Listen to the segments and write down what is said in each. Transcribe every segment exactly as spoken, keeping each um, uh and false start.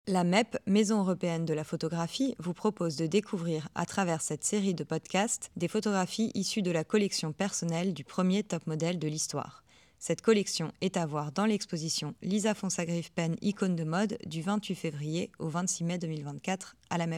La M E P, Maison européenne de la photographie, vous propose de découvrir à travers cette série de podcasts des photographies issues de la collection personnelle du premier top modèle de l'histoire. Cette collection est à voir dans l'exposition Lisa Fonsagrive Pen Icône de mode du vingt-huit février au vingt-six mai deux mille vingt-quatre à la M E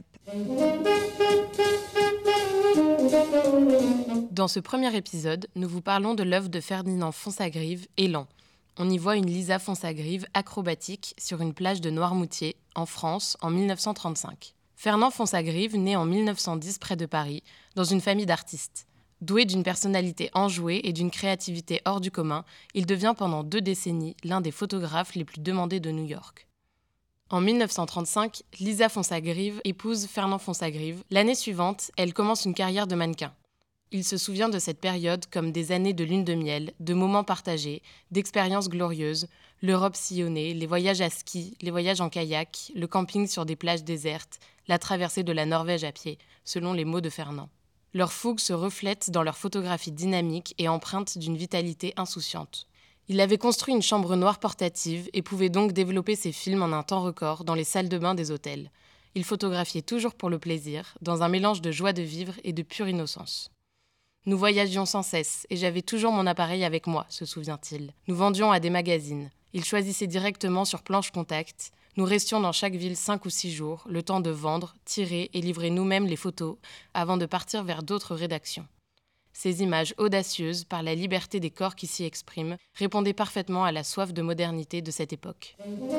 P. Dans ce premier épisode, nous vous parlons de l'œuvre de Ferdinand Fonsagrive, Élan. On y voit une Lisa Fonsagrive acrobatique sur une plage de Noirmoutier, en France, en mille neuf cent trente-cinq. Fernand Fonsagrive naît en mille neuf cent dix près de Paris, dans une famille d'artistes. Doué d'une personnalité enjouée et d'une créativité hors du commun, il devient pendant deux décennies l'un des photographes les plus demandés de New York. En mille neuf cent trente-cinq, Lisa Fonsagrive épouse Fernand Fonsagrive. L'année suivante, elle commence une carrière de mannequin. Il se souvient de cette période comme des années de lune de miel, de moments partagés, d'expériences glorieuses, l'Europe sillonnée, les voyages à ski, les voyages en kayak, le camping sur des plages désertes, la traversée de la Norvège à pied, selon les mots de Fernand. Leur fougue se reflète dans leur photographie dynamique et empreinte d'une vitalité insouciante. Il avait construit une chambre noire portative et pouvait donc développer ses films en un temps record dans les salles de bain des hôtels. Il photographiait toujours pour le plaisir, dans un mélange de joie de vivre et de pure innocence. Nous voyagions sans cesse et j'avais toujours mon appareil avec moi, se souvient-il. Nous vendions à des magazines. Il choisissait directement sur planche contact. Nous restions dans chaque ville cinq ou six jours, le temps de vendre, tirer et livrer nous-mêmes les photos avant de partir vers d'autres rédactions. Ces images audacieuses, par la liberté des corps qui s'y expriment, répondaient parfaitement à la soif de modernité de cette époque.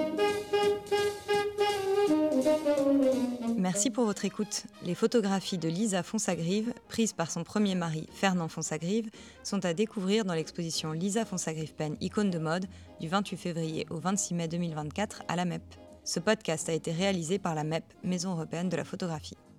Merci pour votre écoute. Les photographies de Lisa Fonsagrive, prises par son premier mari Fernand Fonsagrive, sont à découvrir dans l'exposition Lisa Fonsagrive Pen Icône de mode du vingt-huit février au vingt-six mai deux mille vingt-quatre à la M E P. Ce podcast a été réalisé par la M E P, Maison européenne de la photographie.